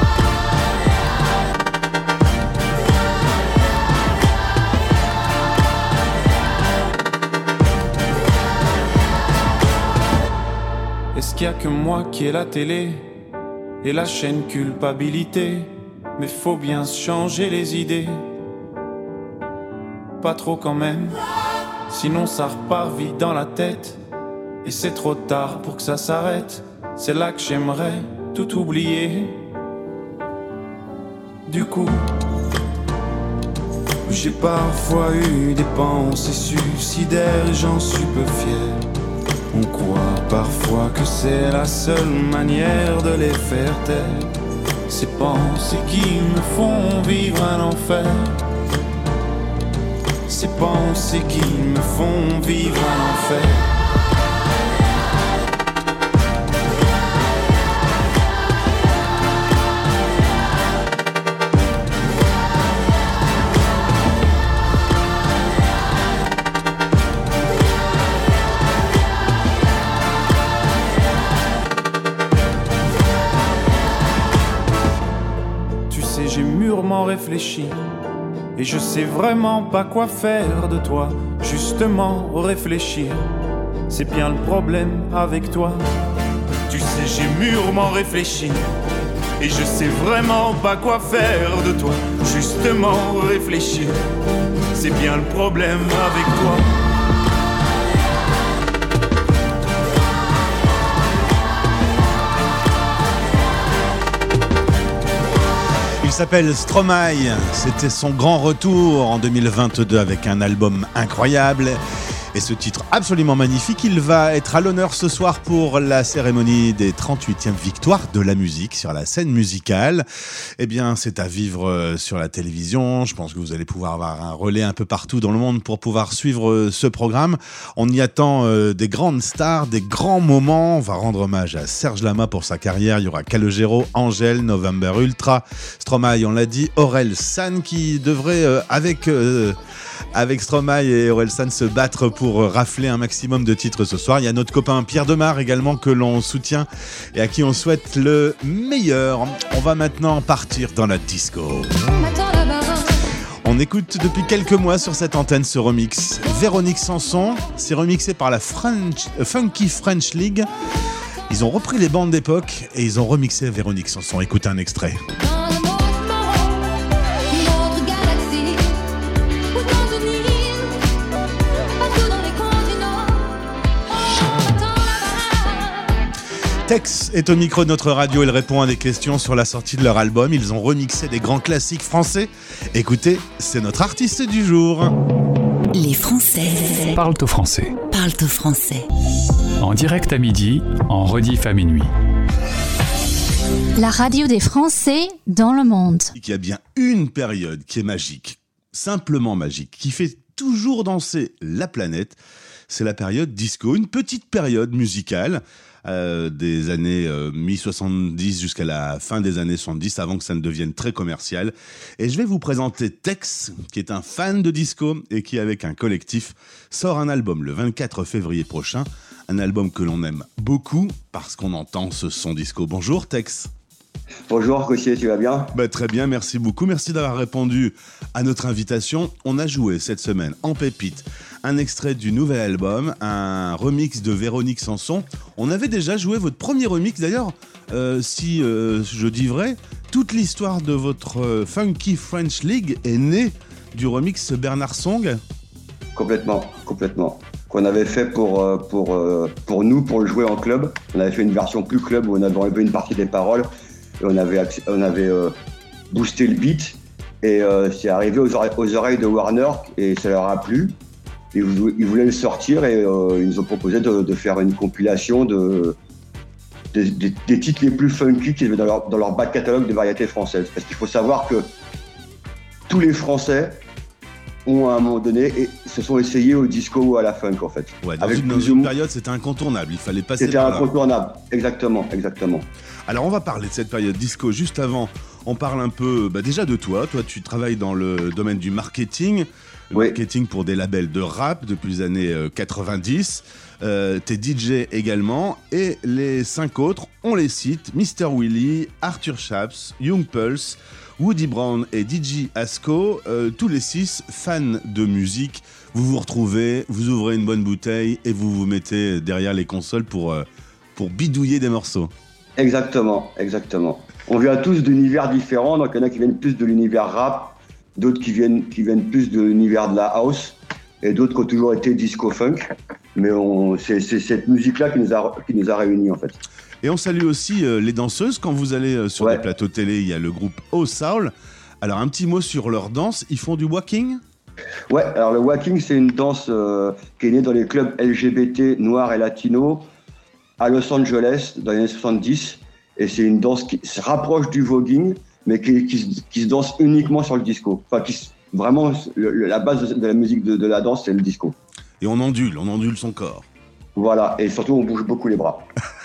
Est-ce qu'il y a que moi qui ai la télé et la chaîne culpabilité? Mais faut bien se changer les idées. Pas trop quand même, sinon ça repart vite dans la tête. Et c'est trop tard pour que ça s'arrête. C'est là que j'aimerais tout oublier. Du coup, j'ai parfois eu des pensées suicidaires et j'en suis peu fier. On croit parfois que c'est la seule manière de les faire taire. Ces pensées qui me font vivre un enfer. Ces pensées qui me font vivre un enfer. J'ai mûrement réfléchi et je sais vraiment pas quoi faire de toi. Justement réfléchir, c'est bien le problème avec toi. Tu sais, j'ai mûrement réfléchi et je sais vraiment pas quoi faire de toi. Justement réfléchir, c'est bien le problème avec toi. Il s'appelle Stromae, c'était son grand retour en 2022 avec un album incroyable et ce titre absolument magnifique. Il va être à l'honneur ce soir pour la cérémonie des 38e victoires de la musique sur la scène musicale. Eh bien, c'est à vivre sur la télévision. Je pense que vous allez pouvoir avoir un relais un peu partout dans le monde pour pouvoir suivre ce programme. On y attend des grandes stars, des grands moments. On va rendre hommage à Serge Lama pour sa carrière. Il y aura Calogero, Angèle, November Ultra, Stromae, on l'a dit, Orelsan qui devrait avec Stromae et Orelsan se battre pour rafler un maximum de titres ce soir. Il y a notre copain Pierre Demar également que l'on soutient et à qui on souhaite le meilleur. On va maintenant partir dans la disco. On écoute depuis quelques mois sur cette antenne ce remix. Véronique Sanson, c'est remixé par la Funky French League. Ils ont repris les bandes d'époque et ils ont remixé Véronique Sanson. Écoutez un extrait. Tex est au micro de notre radio, il répond à des questions sur la sortie de leur album. Ils ont remixé des grands classiques français. Écoutez, c'est notre artiste du jour. Les Français Parle au français. parlent au français. En direct à midi, en rediff à minuit. La radio des Français dans le monde. Il y a bien une période qui est magique, simplement magique, qui fait toujours danser la planète. C'est la période disco, une petite période musicale des années mi-70 jusqu'à la fin des années 70, avant que ça ne devienne très commercial. Et je vais vous présenter Tex, qui est un fan de disco et qui, avec un collectif, sort un album le 24 février prochain. Un album que l'on aime beaucoup parce qu'on entend ce son disco. Bonjour Tex. Bonjour Gauthier, tu vas bien? Très bien, merci beaucoup. Merci d'avoir répondu à notre invitation. On a joué cette semaine en pépite un extrait du nouvel album, un remix de Véronique Sanson. On avait déjà joué votre premier remix d'ailleurs, si je dis vrai, toute l'histoire de votre Funky French League est née du remix Bernard Song. Complètement. Qu'on avait fait pour nous, pour le jouer en club. On avait fait une version plus club où on avait enlevé une partie des paroles et on avait boosté le beat et c'est arrivé aux oreilles de Warner et ça leur a plu. Ils voulaient le sortir et ils nous ont proposé de faire une compilation des titres les plus funky qu'ils avaient dans leur back catalogue de variétés françaises. Parce qu'il faut savoir que tous les Français ont à un moment donné et se sont essayés au disco ou à la funk en fait. Ouais, dans une période c'était incontournable, il fallait passer par là. C'était incontournable, exactement. Alors on va parler de cette période disco. Juste avant, on parle un peu déjà de toi. Toi tu travailles dans le domaine du marketing. Marketing pour des labels de rap depuis les années 90. T'es DJ également. Et les 5 autres, on les cite: Mr. Willy, Arthur Chaps, Young Pulse, Woody Brown et DJ Asco. Tous les 6 fans de musique. Vous vous retrouvez, vous ouvrez une bonne bouteille et vous vous mettez derrière les consoles pour bidouiller des morceaux. Exactement. On vient tous d'univers différents. Donc il y en a qui viennent plus de l'univers rap, d'autres qui viennent plus de l'univers de la house et d'autres qui ont toujours été disco-funk. Mais c'est cette musique-là qui nous a réunis en fait. Et on salue aussi les danseuses. Quand vous allez sur des plateaux télé, il y a le groupe Oh Soul. Alors un petit mot sur leur danse, ils font du walking ? Ouais, alors le walking c'est une danse qui est née dans les clubs LGBT noirs et latinos à Los Angeles dans les années 70. Et c'est une danse qui se rapproche du voguing, mais qui se danse uniquement sur le disco. Enfin, vraiment, la base de la musique de la danse, c'est le disco. Et on ondule son corps. Voilà, et surtout, on bouge beaucoup les bras.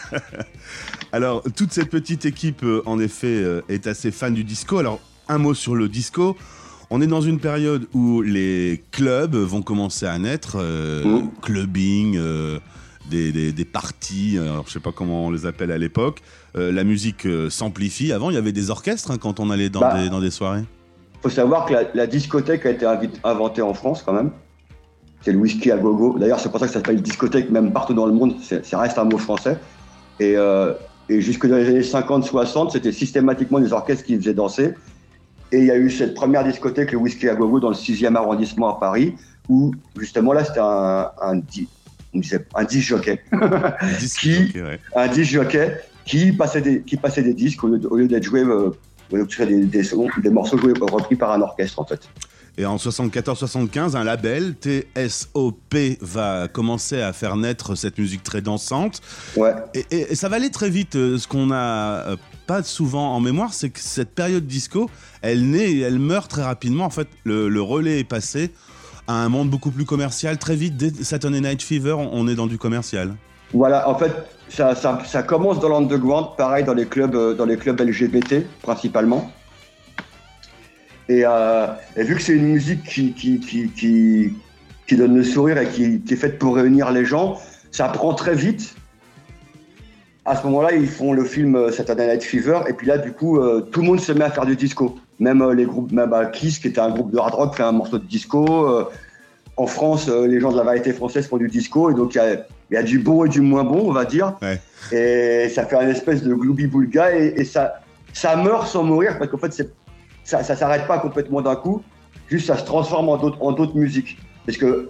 Alors, toute cette petite équipe, en effet, est assez fan du disco. Alors, un mot sur le disco. On est dans une période où les clubs vont commencer à naître, clubbing, des parties, alors je sais pas comment on les appelle à l'époque. La musique s'amplifie. Avant, il y avait des orchestres quand on allait dans des soirées. Il faut savoir que la discothèque a été inventée en France quand même. C'est le whisky à gogo. D'ailleurs, c'est pour ça que ça s'appelle discothèque même partout dans le monde. Ça reste un mot français. Et jusque dans les années 50-60, c'était systématiquement des orchestres qui faisaient danser. Et il y a eu cette première discothèque, le whisky à gogo, dans le 6e arrondissement à Paris, où justement là, c'était un disc jockey. Un disc jockey qui passait des disques au lieu d'être joué, des morceaux joués repris par un orchestre en fait. Et en 74-75, un label, TSOP, va commencer à faire naître cette musique très dansante. Ouais. Et ça va aller très vite. Ce qu'on n'a pas souvent en mémoire, c'est que cette période disco, elle naît et elle meurt très rapidement. En fait, le relais est passé à un monde beaucoup plus commercial. Très vite, dès Saturday Night Fever, on est dans du commercial. Voilà, en fait, ça commence dans l'underground, pareil dans les clubs LGBT principalement. Et vu que c'est une musique qui donne le sourire et qui est faite pour réunir les gens, ça prend très vite. À ce moment-là, ils font le film Saturday Night Fever, et puis là, du coup, tout le monde se met à faire du disco. Même les groupes, Kiss, qui était un groupe de hard rock, fait un morceau de disco. En France, les gens de la variété française font du disco, et donc il y a du bon et du moins bon, on va dire. Ouais. Et ça fait une espèce de gloubi-boulga, et ça meurt sans mourir, parce qu'en fait, ça s'arrête pas complètement d'un coup, juste ça se transforme en d'autres musiques. Parce que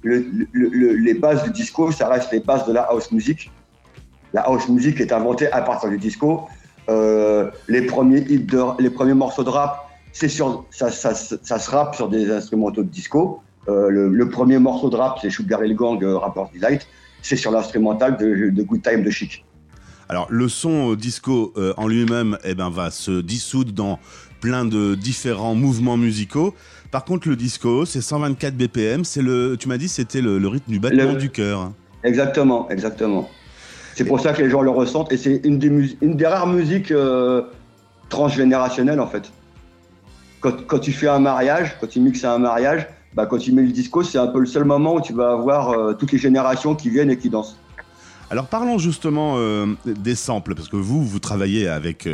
les bases du disco, ça reste les bases de la house music. La house music est inventée à partir du disco. Les premiers morceaux de rap, ça se rappe sur des instrumentaux de disco. Le premier morceau de rap, c'est Sugar Hill Gang, Rapper's Delight. C'est sur l'instrumental de Good Time de Chic. Alors, le son disco en lui-même va se dissoudre dans plein de différents mouvements musicaux. Par contre, le disco, c'est 124 BPM. Tu m'as dit, c'était le rythme du battement du cœur. Exactement. C'est pour ça que les gens le ressentent. Et c'est une des rares musiques transgénérationnelles, en fait. Quand tu fais un mariage, quand tu mixes un mariage, quand tu mets le disco, c'est un peu le seul moment où tu vas avoir toutes les générations qui viennent et qui dansent. Alors parlons justement des samples, parce que vous travaillez avec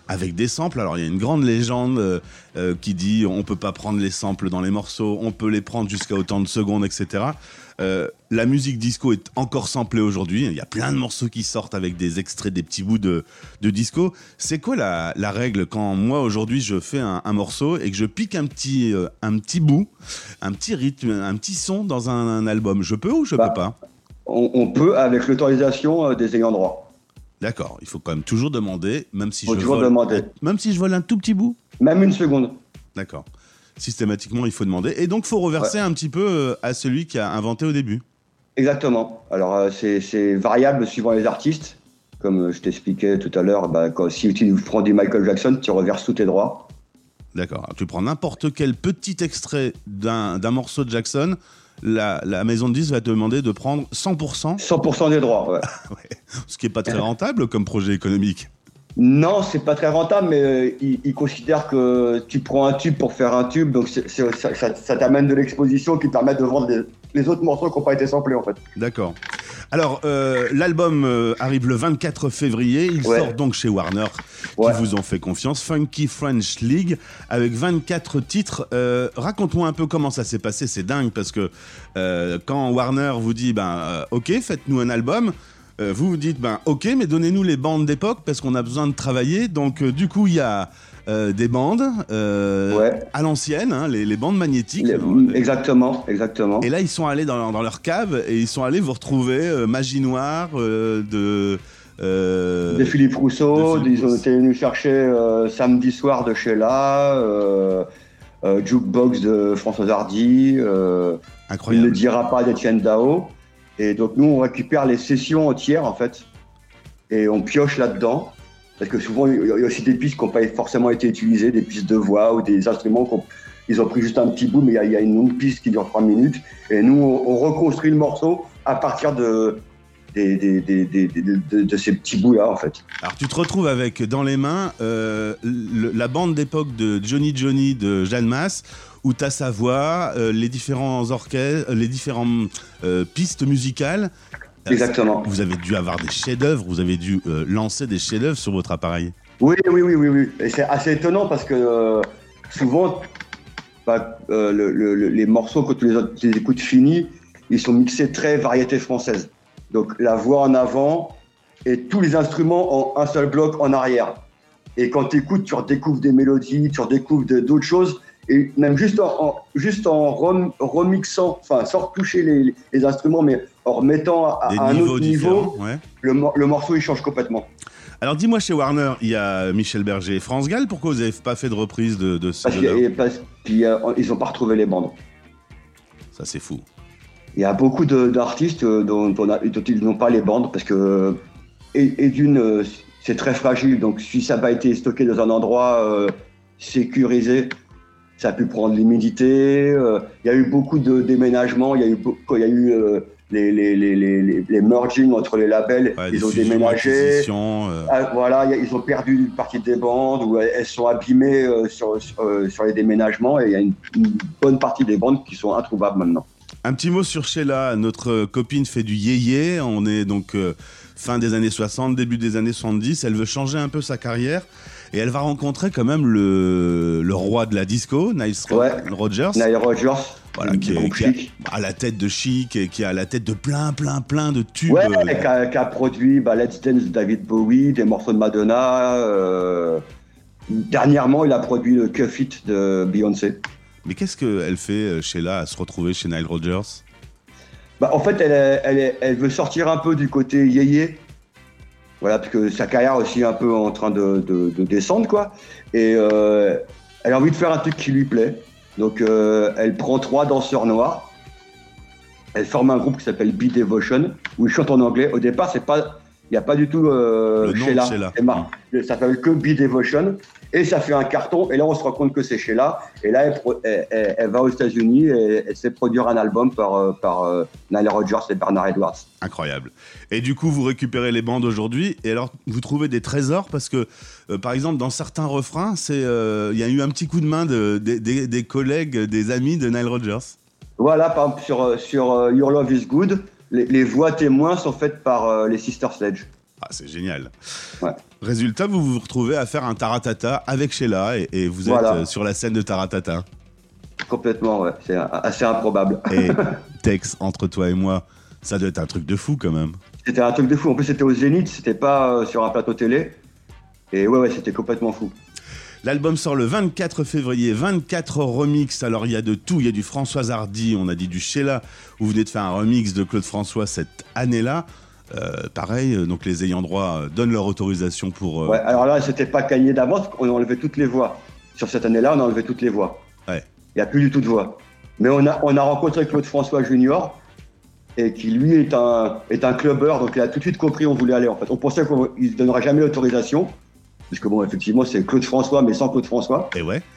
avec des samples. Alors il y a une grande légende qui dit on peut pas prendre les samples dans les morceaux, on peut les prendre jusqu'à autant de secondes, etc. La musique disco est encore samplée aujourd'hui. Il y a plein de morceaux qui sortent avec des extraits, des petits bouts de disco. C'est quoi la règle quand moi aujourd'hui je fais un morceau et que je pique un petit bout, un petit rythme, un petit son dans un album? Je peux ou je peux pas? On peut avec l'autorisation des ayants droit. D'accord, il faut quand même toujours demander, même si même si je vole un tout petit bout. Même une seconde. D'accord. Systématiquement, il faut demander. Et donc, il faut reverser un petit peu à celui qui a inventé au début. Exactement. Alors, c'est variable suivant les artistes. Comme je t'expliquais tout à l'heure, si tu prends du Michael Jackson, tu reverses tous tes droits. D'accord. Alors, tu prends n'importe quel petit extrait d'un morceau de Jackson, la maison de disques va te demander de prendre 100%. 100% des droits, ouais. Ouais. Ce qui n'est pas très rentable comme projet économique. Non, c'est pas très rentable, mais ils considèrent que tu prends un tube pour faire un tube, donc ça t'amène de l'exposition qui permet de vendre les autres morceaux qui n'ont pas été samplés, en fait. D'accord. Alors, l'album arrive le 24 février. Il sort donc chez Warner, qui vous ont fait confiance. Funky French League, avec 24 titres. Raconte-moi un peu comment ça s'est passé. C'est dingue, parce que quand Warner vous dit OK, faites-nous un album, vous vous dites OK, mais donnez-nous les bandes d'époque, parce qu'on a besoin de travailler. Donc, du coup, il y a des bandes à l'ancienne, hein, les bandes magnétiques. Exactement. Et là, ils sont allés dans leur cave et ils sont allés vous retrouver Magie Noire de Philippe Rousseau. Ils ont été venus chercher Samedi Soir de Sheila, Jukebox de François Hardy, incroyable. Il ne dira pas d'Étienne Dao. Et donc nous, on récupère les sessions entières en fait, et on pioche là-dedans. Parce que souvent, il y a aussi des pistes qui n'ont pas forcément été utilisées, des pistes de voix ou des instruments ils ont pris juste un petit bout, mais il y a une longue piste qui dure 3 minutes. Et nous, on reconstruit le morceau à partir de ces petits bouts-là, en fait. Alors, tu te retrouves avec dans les mains la bande d'époque de Johnny de Jeanne Masse, où tu as sa voix, les différents orchestres, les différentes pistes musicales. Exactement. Vous avez dû avoir des chefs-d'œuvre, vous avez dû lancer des chefs-d'œuvre sur votre appareil. Oui. Et c'est assez étonnant parce que souvent, les morceaux, quand tu les écoutes finis, ils sont mixés très variété française. Donc la voix en avant et tous les instruments en un seul bloc en arrière. Et quand tu écoutes, tu redécouvres des mélodies, tu redécouvres d'autres choses. Et même juste en remixant, enfin sans retoucher les instruments, mais en remettant à un autre niveau, le morceau il change complètement. Alors dis-moi, chez Warner, il y a Michel Berger et France Gall. Pourquoi vous n'avez pas fait de reprise de ce Parce qu'ils n'ont pas retrouvé les bandes. Ça c'est fou. Il y a beaucoup d'artistes dont ils n'ont pas les bandes parce que c'est très fragile. Donc si ça n'a pas été stocké dans un endroit sécurisé, ça a pu prendre l'humidité. Il y a eu beaucoup de déménagements. Il y a eu les merging entre les labels. Ils ont déménagé. Ils ont perdu une partie des bandes ou elles sont abîmées sur les déménagements. Et il y a une bonne partie des bandes qui sont introuvables maintenant. Un petit mot sur Sheila. Notre copine fait du yéyé. On est donc fin des années 60, début des années 70. Elle veut changer un peu sa carrière. Et elle va rencontrer quand même le roi de la disco, Nile Rodgers. Nile Rodgers. Voilà, qui est à la tête de Chic et qui a la tête de plein de tubes. Ouais, qui a produit Let's Dance de David Bowie, des morceaux de Madonna. Dernièrement, il a produit le Cuff It de Beyoncé. Mais qu'est-ce qu'elle fait, Sheila, à se retrouver chez Nile Rodgers? En fait, elle veut sortir un peu du côté yéyé. Voilà, parce que sa carrière aussi est un peu en train de descendre, quoi. Et elle a envie de faire un truc qui lui plaît. Donc, elle prend 3 danseurs noirs. Elle forme un groupe qui s'appelle Be Devotion, où ils chantent en anglais. Au départ, il n'y a pas du tout Sheila. Ça s'appelle que Be Devotion. Et ça fait un carton. Et là, on se rend compte que c'est Sheila. Et là, elle va aux États-Unis et elle sait produire un album par Nile Rodgers et Bernard Edwards. Incroyable. Et du coup, vous récupérez les bandes aujourd'hui. Et alors, vous trouvez des trésors parce que, par exemple, dans certains refrains, il y a eu un petit coup de main des collègues, des amis de Nile Rodgers. Voilà, par exemple, sur Your Love Is Good, les voix témoins sont faites par les Sister Sledge. Ah, c'est génial. Ouais. Résultat, vous vous retrouvez à faire un taratata avec Sheila et vous êtes Voilà. sur la scène de taratata. Complètement, ouais. C'est assez improbable. Et Tex, entre toi et moi, ça doit être un truc de fou quand même. C'était un truc de fou. En plus, c'était au Zénith, c'était pas sur un plateau télé. Et ouais, c'était complètement fou. L'album sort le 24 février, 24 remixes. Alors il y a de tout, il y a du Françoise Hardy, on a dit du Sheila. Vous venez de faire un remix de Claude François cette année-là. Pareil, donc les ayants droit donnent leur autorisation pour... Ouais, alors là, c'était pas gagné d'avance, on a enlevé toutes les voix. Sur cette année-là, on a enlevé toutes les voix. Ouais. Il n'y a plus du tout de voix. Mais on a rencontré Claude François Junior, et qui lui est un clubbeur, donc il a tout de suite compris où on voulait aller en fait. On pensait qu'il ne donnera jamais l'autorisation, puisque bon, effectivement, c'est Claude François, mais sans Claude François. Et ouais.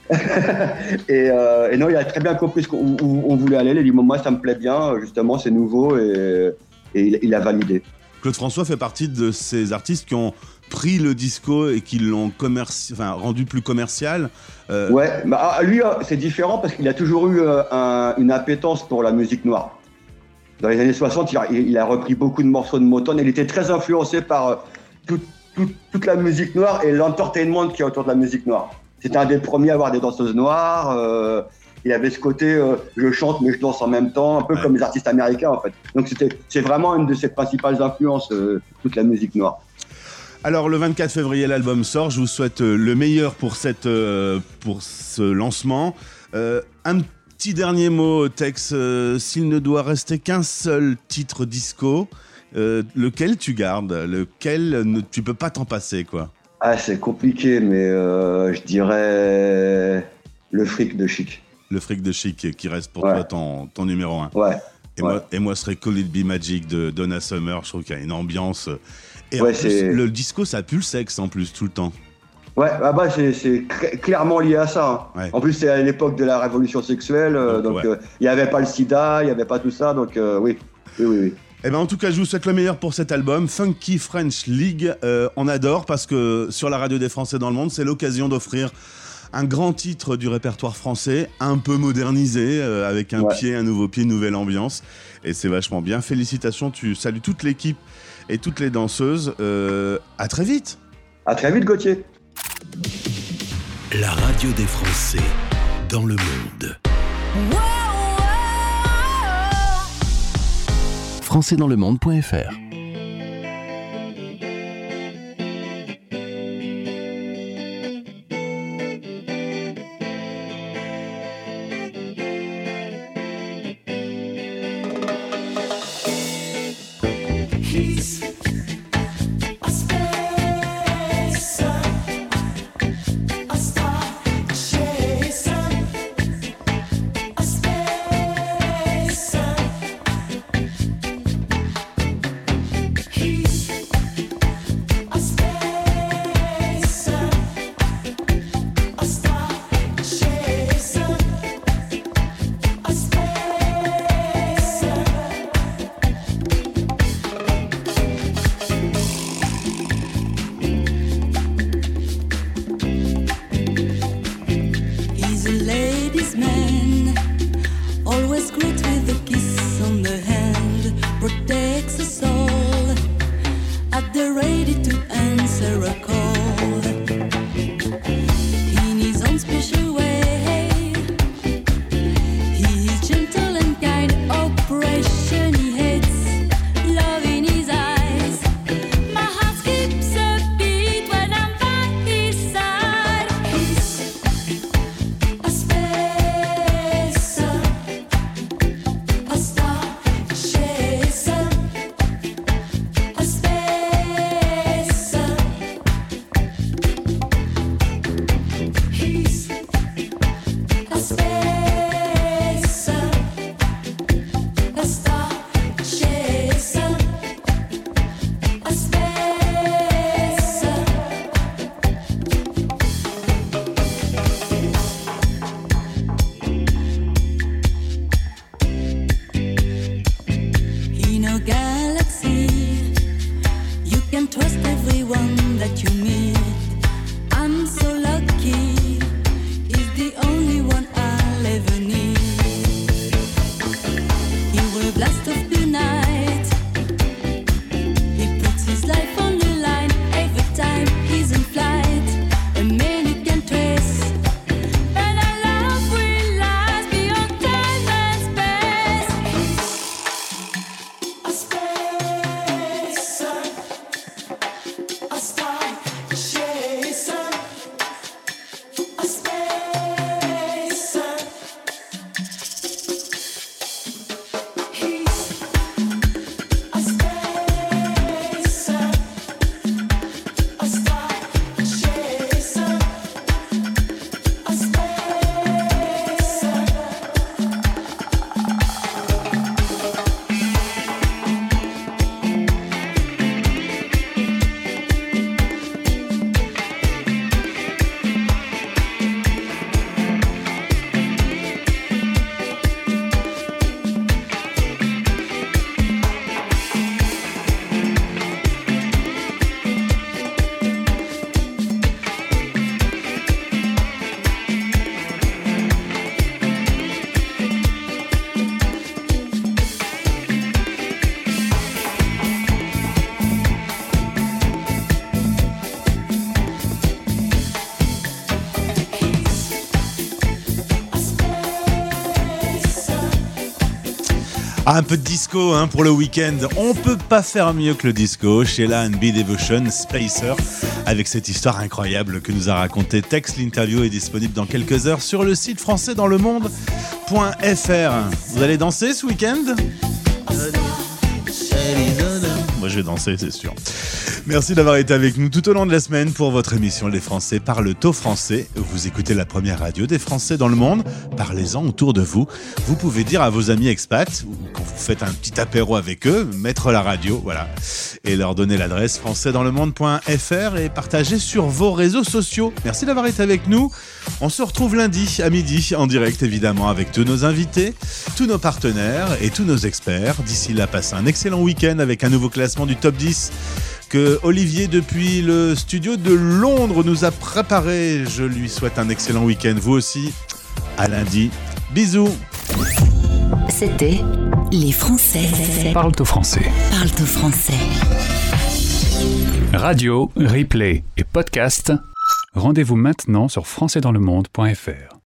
et non, il a très bien compris où on voulait aller. Il a dit, moi, ça me plaît bien, justement, c'est nouveau, et il a validé. Claude François fait partie de ces artistes qui ont pris le disco et qui l'ont rendu plus commercial. Ouais, bah, lui, c'est différent parce qu'il a toujours eu une appétence pour la musique noire. Dans les années 60, il a repris beaucoup de morceaux de Motown et il était très influencé par toute la musique noire et l'entertainment qui est autour de la musique noire. C'était un des premiers à avoir des danseuses noires. Il avait ce côté je chante mais je danse en même temps, un peu comme les artistes américains en fait. Donc c'est vraiment une de ses principales influences, toute la musique noire. Alors le 24 février, l'album sort. Je vous souhaite le meilleur pour ce lancement. Un petit dernier mot, Tex. S'il ne doit rester qu'un seul titre disco, lequel tu gardes? Lequel tu peux pas t'en passer, quoi? Ah, c'est compliqué, mais je dirais le fric de Chic. Le fric de Chic qui reste pour toi ton numéro 1. Ouais. Et moi, ce serait Call It Be Magic de Donna Summer. Je trouve qu'il y a une ambiance. Et Ouais, en plus, le disco, ça pue le sexe en plus, tout le temps. Ouais, c'est clairement lié à ça. Hein. Ouais. En plus, c'est à l'époque de la révolution sexuelle, donc il n'y avait pas le sida, il n'y avait pas tout ça, donc oui. Eh ben, en tout cas, je vous souhaite le meilleur pour cet album. Funky French League, on adore parce que sur la radio des Français dans le monde, c'est l'occasion d'offrir un grand titre du répertoire français, un peu modernisé, avec un nouveau pied, une nouvelle ambiance. Et c'est vachement bien. Félicitations, tu salues toute l'équipe et toutes les danseuses. À très vite. À très vite, Gauthier. La radio des Français dans le monde. françaisdanslemonde.fr. He's a spacer, a star chaser, a spacer. Ah, un peu de disco pour le week-end. On peut pas faire mieux que le disco. Sheila and B Devotion, Spacer, avec cette histoire incroyable que nous a raconté Tex. L'interview est disponible dans quelques heures sur le site françaisdanslemonde.fr. Vous allez danser ce week-end ? Moi je vais danser, c'est sûr. Merci d'avoir été avec nous tout au long de la semaine pour votre émission Les Français parlent au français. Vous écoutez la première radio des Français dans le monde. Parlez-en autour de vous. Vous pouvez dire à vos amis expats, ou quand vous faites un petit apéro avec eux, mettre la radio, voilà, et leur donner l'adresse françaisdanslemonde.fr et partager sur vos réseaux sociaux. Merci d'avoir été avec nous. On se retrouve lundi à midi en direct évidemment avec tous nos invités, tous nos partenaires et tous nos experts. D'ici là, passez un excellent week-end avec un nouveau classement du top 10 que Olivier depuis le studio de Londres nous a préparé. Je lui souhaite un excellent week-end, vous aussi. À lundi. Bisous. C'était Les Français Parle au français. Parle au français. Radio, replay et podcast. Rendez-vous maintenant sur françaisdanslemonde.fr.